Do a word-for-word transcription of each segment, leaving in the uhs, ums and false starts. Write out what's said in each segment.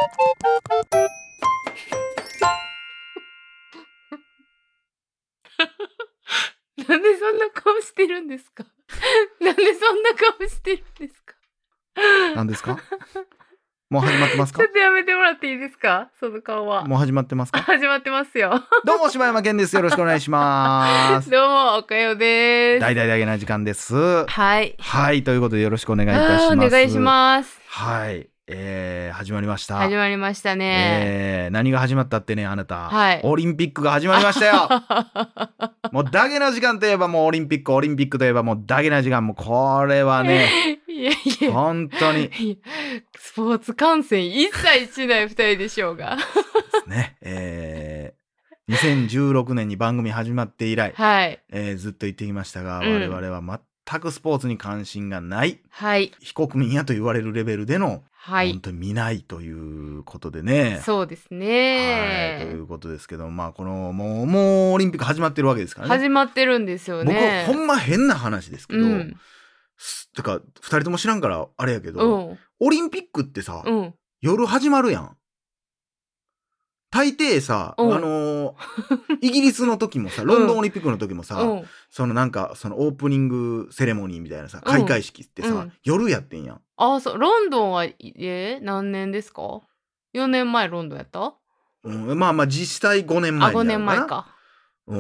なんでそんな顔してるんですかなんでそんな顔してるんですか何ですか？もう始まってますか？ ちょっとやめてもらっていいですか、その顔は。 もう始まってますか？ 始まってますよ。 どうも柴山健です。よろしくお願いします。 どうもおかよです。 大々だけな時間です。 はいはいということでよろしくお願いいたします。 お願いします。 はい、えー、始まりました。 始まりましたね、 えー、何が始まったってね、あなた、 はい、 オリンピックが始まりましたよ。もうダゲな時間といえばもうオリンピック、オリンピックといえばもうダゲな時間、もうこれはねいやいや本当にスポーツ観戦一切しないふたりでしょうがですね、えー、にせんじゅうろくねんに番組始まって以来、 はいえー、ずっと言ってきましたが、 うん、 我々は全くスポーツに関心がない、 はい、 非国民やと言われるレベルでの、 はい、 本当に見ないということでね。 そうですね、 はい、ということですけど、まあこのもうもうオリンピック始まってるわけですからね。 始まってるんですよね。 僕ほんま変な話ですけど、うん、てかふたりとも知らんからあれやけど、うん、オリンピックってさ、うん、夜始まるやん。大抵さ、うん、あのー、イギリスの時もさ、ロンドンオリンピックの時もさ、うん、そのなんかそのオープニングセレモニーみたいなさ、開会式ってさ、うん、夜やってんやん。 あ、そう、ロンドンはえ何年ですか？よねんまえロンドンやった？ うん、まあまあ実際ごねんまえになるかな。あ、ごねんまえか。うん、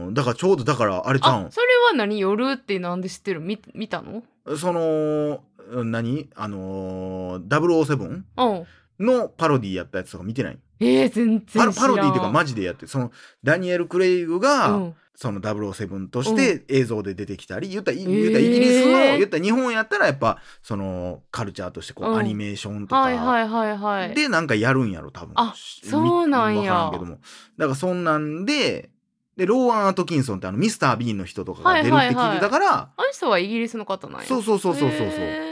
だからちょうどだからあれちゃうん。 あ、それは何、夜ってなんで知ってる？見見たの？ その何あのー、ダブルオーセブンのパロディやったやつとか見てない？ えー、全然知らん。 パ, パロディっていうかマジでやって、そのダニエル・クレイグが、うん、そのダブルオーセブンとして映像で出てきたり、うん、言ったら、言ったらイギリスの、えー、言ったら日本やったらやっぱそのカルチャーとしてこう、うん、アニメーションとか、 はいはいはいはい、 でなんかやるんやろ多分。 あ、そうなんや。 わからんけども、だからそんなんででローアン・アトキンソンってあのミスター・ビーンの人とかが出るって聞いてたから、はいはいはい、 あの人はイギリスの方なんや。 そうそうそうそうそうそう。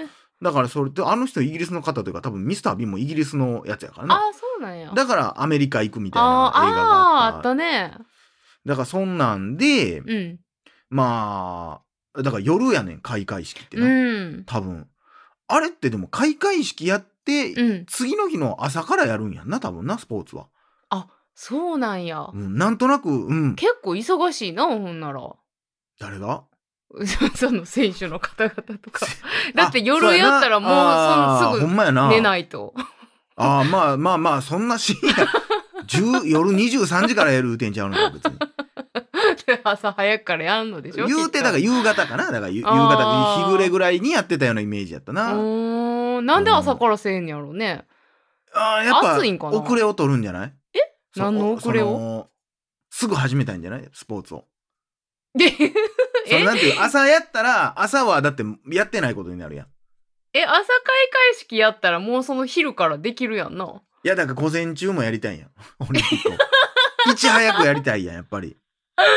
だからそれってあの人イギリスの方というか多分ミスター・ビーンもイギリスのやつやからな。 あ、そうなんや。 だからアメリカ行くみたいな映画があった。ああ、あったね。 だからそんなんで、 うん、 まあだから夜やねん開会式ってな、 うん、 多分あれってでも開会式やって、うん、次の日の朝からやるんやんな多分な、スポーツは。 あ、そうなんや、 うん、なんとなく、うん、 結構忙しいなほんなら。 誰が？ その選手の方々とかだって夜やったらもうそのすぐ寝ないと。 ああ、まあまあまあそんな深夜夜にじゅうさんじからやる言うてんちゃうのか別に。 朝早くからやんのでしょ。 言うてだから夕方かな、だから夕方日暮れぐらいにやってたようなイメージやったな。 おー、なんで朝からせえんやろうね。 うん、ああ、やっぱ遅れを取るんじゃない？ え？何の遅れを？ すぐ始めたいんじゃない？スポーツを。 でそのなんていう朝やったら朝はだってやってないことになるやん。 え、朝開会式やったらもうその昼からできるやんな。 いやだから午前中もやりたいやんオリンピックをいち早くやりたいやんやっぱり。いち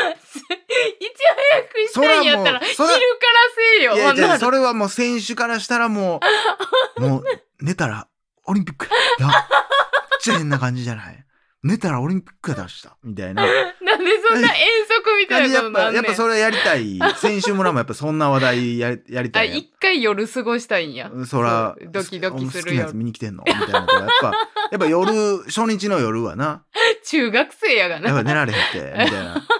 早くしたいんやったら昼からせえよ。 いやいやそれはもう選手からしたらもうもう寝たらオリンピックやっちゃ変な感じじゃない？寝たらオリンピック出したみたいな。 なんでそんな遠足みたいなことなんねん。 やっぱそれやりたい。選手村もやっぱそんな話題 や, やりたい。 あ、一回夜過ごしたいんや。 そらドキドキするよ。 好きなやつ見に来てんのみたいなことやっぱやっぱ夜初日の夜はな。 中学生やがな。 やっぱ寝られへんってみたいな。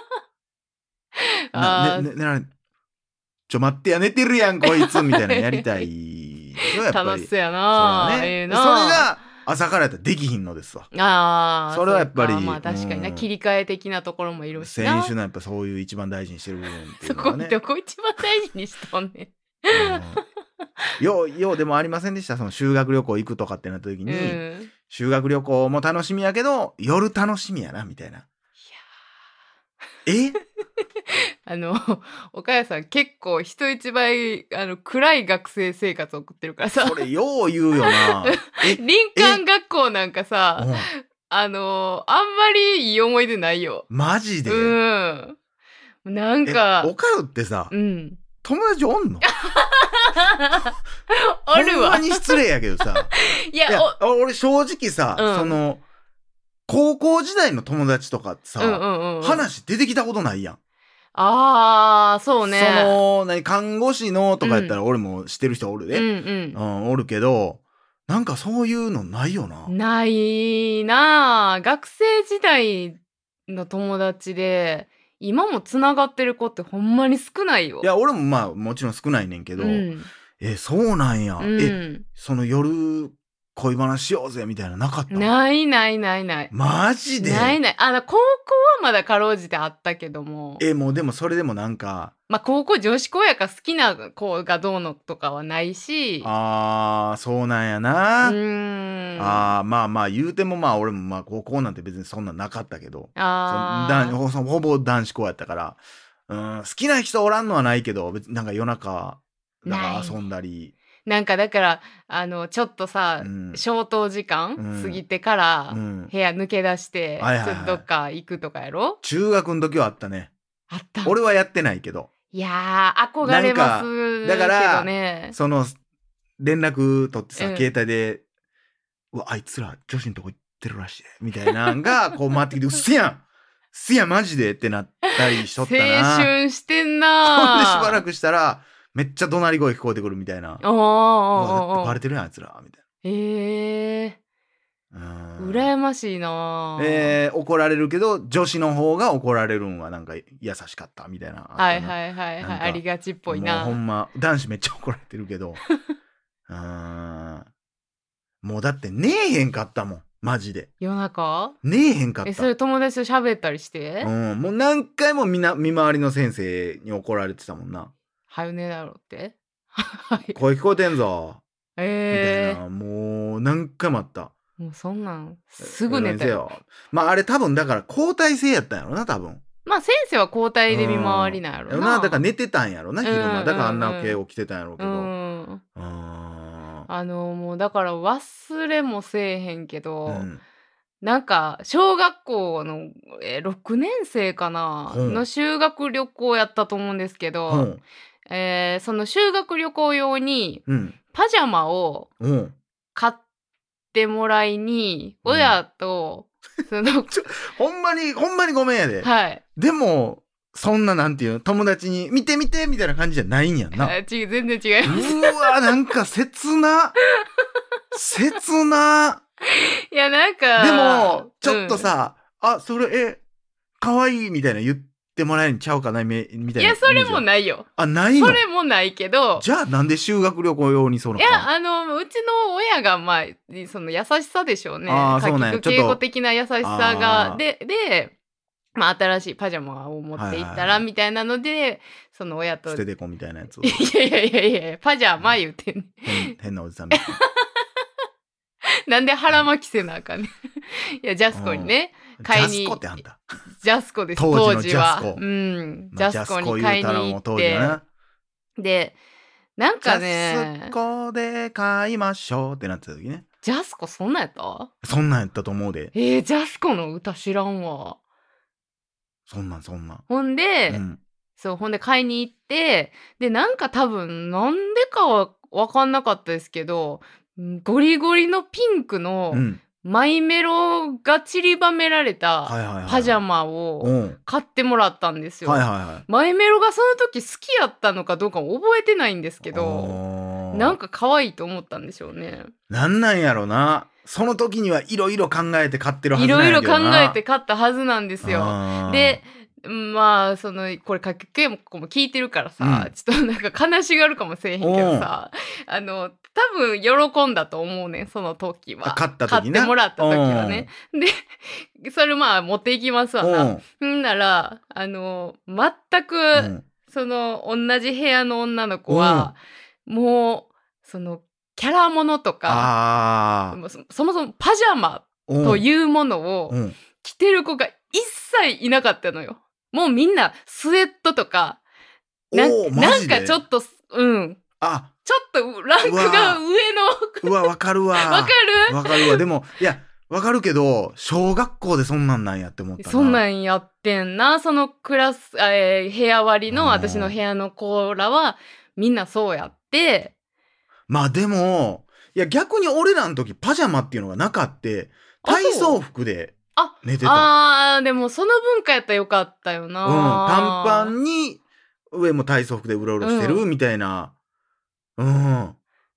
な、ねね、寝られちょ待ってや寝てるやんこいつみたいなやりたい。 やっぱり楽しそうやな。それ、ねえー、な。 それが朝からやったらできひんのですわ。 ああ、 それはやっぱりまあ確かにな、うん、切り替え的なところもいるしな。選手のやっぱそういう一番大事にしてる部分っていうのはね。 そこどこ一番大事にしとんねん。 うん、ようようでもありませんでした、その修学旅行行くとかってなった時に、うん、修学旅行も楽しみやけど夜楽しみやなみたいな。いやえあの岡谷さん結構人一倍あの暗い学生生活を送ってるからさ。 それよう言うよな。 林間学校なんかさ、あのあんまりいい思い出ないよ。 マジで？ うんなんか岡谷ってさ、うん、友達おんの？ おるわ。 ほんまに失礼やけどさいや、いや俺正直さ、うん、その高校時代の友達とかさ、うんうんうんうん、話出てきたことないやん。 あーそうね。 その何看護師のとかやったら俺も知ってる人おるで、うんうんうん、おるけどなんかそういうのないよな。 ないなあ。学生時代の友達で今もつながってる子ってほんまに少ないよ。 いや俺もまあもちろん少ないねんけど、うん、えそうなんや、うん、えその夜恋話しようぜみたいななかった？ ないないないない。 マジで？ ないない。あの高校はまだかろうじてあったけども。 えもうでもそれでもなんかまあ高校女子校やから好きな子がどうのとかはないし。 あーそうなんやな。 うーん。 あーまあまあ言うてもまあ俺もまあ高校なんて別にそんなんなかったけど、 あそほほぼ男子校やったから、うん好きな人おらんのはないけど別になんか夜中だから遊んだり。 なんかだからあのちょっとさ、うん、消灯時間過ぎてから、うん、部屋抜け出して、うん、ちょっとどっか行くとかやろ、はいはいはい、 中学の時はあったね。 あった。 俺はやってないけど。 いやー憧れますけどね。 だからその連絡取ってさ、うん、携帯でうわあいつら女子のとこ行ってるらしいみたいなのがこう回ってきてうっせやんうっせやマジでってなったりしとったな。 青春してんな。 ほんでしばらくしたらめっちゃ怒鳴り声聞こえてくるみたいな。ああバレてるやんあいつらみたいな。 ええー、羨ましいな。 えー、怒られるけど女子の方が怒られるんはなんか優しかったみたいな。 はいはいはいはい、ありがちっぽいな。 もうほんま男子めっちゃ怒られてるけどうんもうだってねえへんかったもんマジで。 夜中ねえへんかった。 えそれ友達と喋ったりして、 うんもう何回もみな見回りの先生に怒られてたもんな。 はよねだろって声聞こえてんぞ、 えー、 みたいな。もう何回もあった。 もうそんなんすぐ寝たよ。 まああれ多分だから交代制やったんやろな多分。 まあ先生は交代で見回りなんやろな。 だから寝てたんやろな昼間。だからあんな敬語着てたんやろうけど。うんうんあのもうだから忘れもせえへんけど、うん、なんか小学校のえろくねん生かな、うん、の修学旅行やったと思うんですけど、うんえー、その修学旅行用にパジャマを買ってもらいに親と、 うん、そのほんまにほんまにごめんやで、はい、でもそんななんていうの友達に見て見てみたいな感じじゃないんやんな。 全然違います。 うわなんか切な切ないやなんかでもちょっとさ、うん、あそれえ可愛いみたいな言ってもらえるんちゃうかなみたいな。 いやそれもないよ。 あないの。 それもないけどじゃあなんで修学旅行用にその。 いやあのうちの親がまあその優しさでしょうね。 あそうなんや。 敬語的な優しさがででまあ新しいパジャマを持っていったらみたいなので、はいはいはい、その親と捨ててこみたいなやつを。 いやいやいやいやパジャマ言うてんね、 変, 変なおじさんみたいな。 なんで腹巻きせなあかんねいやジャスコにね買いに。 ジャスコってあんた。 ジャスコです当時は。うん、ジャスコに買いに行って。でなんかねジャスコで買いましょうってなってた時ね。 ジャスコそんなんやった？ そんなんやったと思うで。 えー、ジャスコの歌知らんわ。 そんなんそんなん。 ほんで、うん、そうほんで買いに行ってでなんか多分なんでかは分かんなかったですけどゴリゴリのピンクのマイメロが散りばめられたパジャマを買ってもらったんですよ。 はいはいはい、 マイメロがその時好きやったのかどうか覚えてないんですけどなんか可愛いと思ったんでしょうね。 なんなんやろな。その時にはいろいろ考えて買ってるはずなんやけどな。 いろいろ考えて買ったはずなんですよ。でまあそのこれかけけも聞いてるからさ、うん、ちょっとなんか悲しがるかもしれへんけどさあの多分喜んだと思うねその時は。 買った時ね。 買ってもらった時はね。でそれまあ持っていきますわな。んならあの全く、うん、その同じ部屋の女の子はもうそのキャラものとかそ, そもそもパジャマというものを着てる子が一切いなかったのよ。もうみんなスウェットとか な, なんかちょっとうんあちょっとランクが上のうわわかるわわかるわかるわ。でもいやわかるけど小学校でそんなんなんやって思ったな。 そんなんやってんな。そのクラス、えー、部屋割りの私の部屋の子らはみんなそうやって。 まあでもいや逆に俺らの時パジャマっていうのがなかって体操服で寝てた。 ああでもその文化やったらよかったよな。 うん短パンに上も体操服でうろうろしてるみたいな。うん、うん、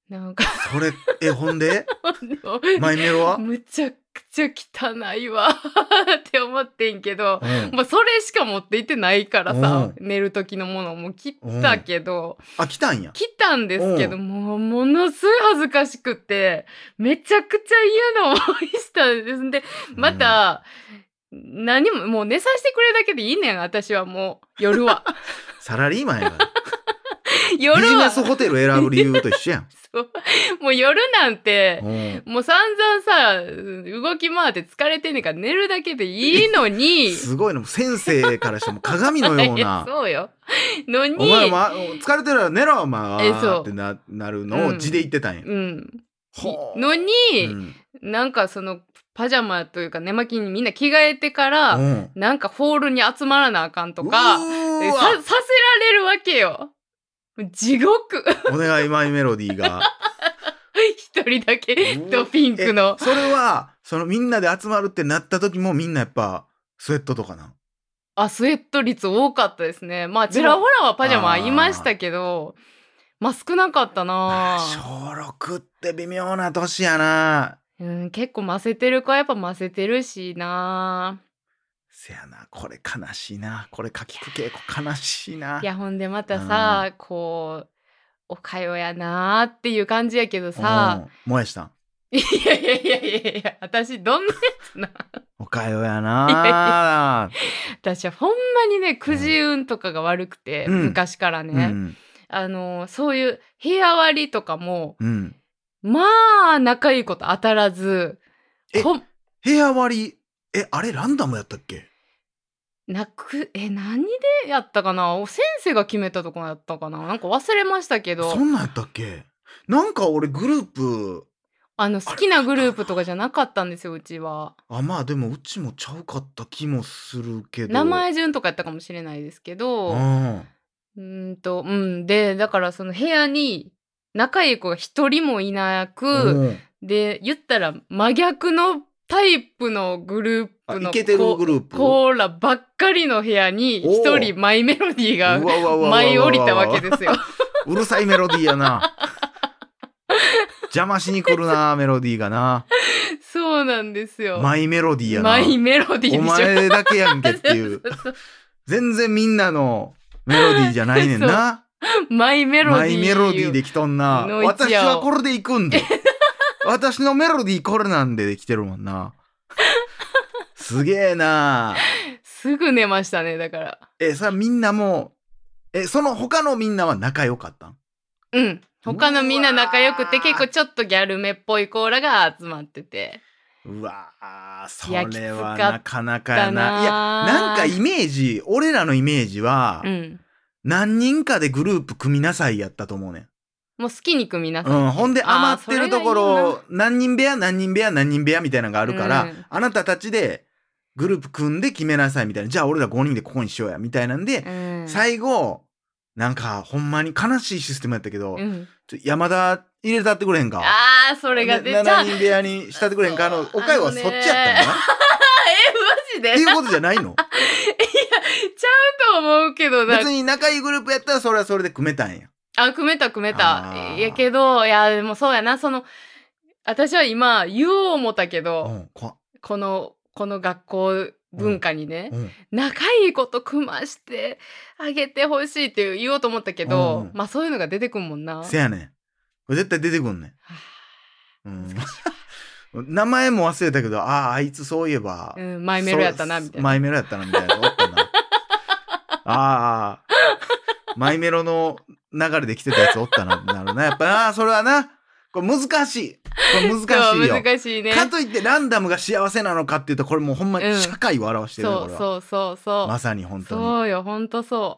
なんかそれえほんでマイメロはむちゃくちゃ汚いわって思ってんけど、うん、まあそれしか持っていってないからさ、うん、寝る時のものも切ったけど、 うん、あ来たんや来たんですけど、もうものすごい恥ずかしくってめちゃくちゃ嫌な思いしたんです。でまた、うん、何ももう寝させてくれるだけでいいねん私はもう夜はサラリーマンやから夜はビジネスホテル選ぶ理由と一緒やんそうもう夜なんてもう散々さ動き回って疲れてんねんから寝るだけでいいのにすごいの先生からしても鏡のようなそうよのにお前、ま、疲れてるら寝ろお前って な, なるのを字で言ってたんや、 うんうん、のに、うん、なんかそのパジャマというか寝巻きにみんな着替えてから、うん、なんかホールに集まらなあかんとか さ, させられるわけよ。地獄お願いマイメロディーが一人だけとピンクのそれはそのみんなで集まるってなった時もみんなやっぱスウェットとかなあスウェット率多かったですね。まあちらほらはパジャマいましたけどまあ少なかったな。 小ろくって微妙な年やな。 うん結構ませてる子はやっぱませてるしな。 せやなこれ悲しいなこれかきく稽古悲しいな。 いやほんでまたさ、うん、こうおかよやなっていう感じやけどさもやしたんいやいやいやいやいや私どんなやつなおかよやな。いやいや私はほんまにねくじ運とかが悪くて、うん、昔からね、うん、あのそういう部屋割りとかも、うん、まあ仲いいこと当たらずえ部屋割りえあれランダムやったっけ。 なくえ何でやったかな先生が決めたとこやったかななんか忘れましたけど。 そんなんやったっけ。なんか俺グループあの好きなグループとかじゃなかったんですようちは。 あまあでもうちもちゃうかった気もするけど名前順とかやったかもしれないですけどうんとうんでだからその部屋に仲いい子が一人もいなくで言ったら真逆のタイプのグループのコーラばっかりの部屋に一人マイメロディーが舞い降りたわけですよ。 うるさいメロディーやな邪魔しに来るなメロディーがな。 そうなんですよ。 マイメロディーやな。 マイメロディーでしょ。 お前だけやんけっていうそうそうそう全然みんなのメロディーじゃないねんなマイメロディーマイメロディーできとんな。私はこれでいくんで私のメロディーこれなんでできてるもんなすげえな。 すぐ寝ましたねだから。 えさみんなもえその他のみんなは仲良かったん。 うん他のみんな仲良くて結構ちょっとギャルめっぽいコーラが集まっててうわーそれはなかなかやな。いやなんかイメージ俺らのイメージは、うん、何人かでグループ組みなさいやったと思うねん。 もう好きに組みなさい、 うん、ほんで余ってるところ何人部屋何人部屋何人部屋みたいなのがあるから、うん、あなたたちでグループ組んで決めなさいみたいな。じゃあ俺らごにんでここにしようやみたいなんで、うん、最後なんかほんまに悲しいシステムやったけど、うん、ちょ山田入れたってくれへんか。 あーそれが出ちゃう。 しちにん部屋にしたってくれへんか。あのおかゆはそっちやったんだなえマジでっていうことじゃないの。いやちゃうと思うけど別に仲いいグループやったらそれはそれで組めたんや。 あ組めた組めたやけどいやでもそうやなその私は今言おう思ったけど、うん、こ, このこの学校文化にね、うんうん、仲いいこと組ましてあげてほしいって言おうと思ったけど、うん、まあそういうのが出てくんもんな。 せやねんこれ絶対出てくんねん、うん、名前も忘れたけどあああいつそういえば、 うん、マイメロやったなみたいなマイメロやったなみたいなおったなああマイメロの流れで来てたやつおったななるなやっぱな。それはなこれ難しいこれ難しいよ難しいね。 かといってランダムが幸せなのかっていうとこれもうほんまに社会を表してる、ね、 うん、そうそうそうそうまさに本当にそうよ本当そう。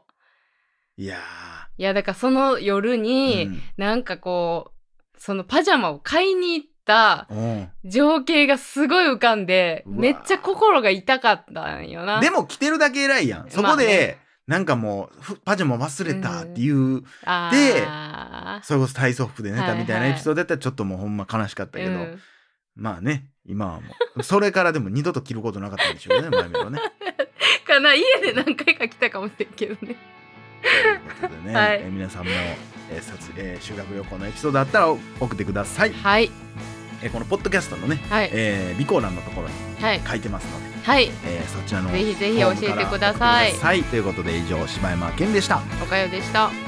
いやいやだからその夜に、うん、なんかこうそのパジャマを買いに行った情景がすごい浮かんで、うん、めっちゃ心が痛かったんよな。 でも着てるだけ偉いやんそこで、まあね、なんかもうパジャマ忘れたっていう、うん、でそれこそ体操服で寝たみたいなエピソードだったらちょっともうほんま悲しかったけど、うん、まあね今はもうそれからでも二度と着ることなかったんでしょうね前目はねかな家で何回か着たかもしれんけどねということでね、はい、え皆さんもえーえー、修学旅行のエピソードあったら送ってください。 はい、 えー、このポッドキャストのね、はい、えー、備考欄のところに書いてますので、 はい、 えー、そちらのぜひぜひ教えてください。 はい、ということで以上柴山健でした。 おかよでした。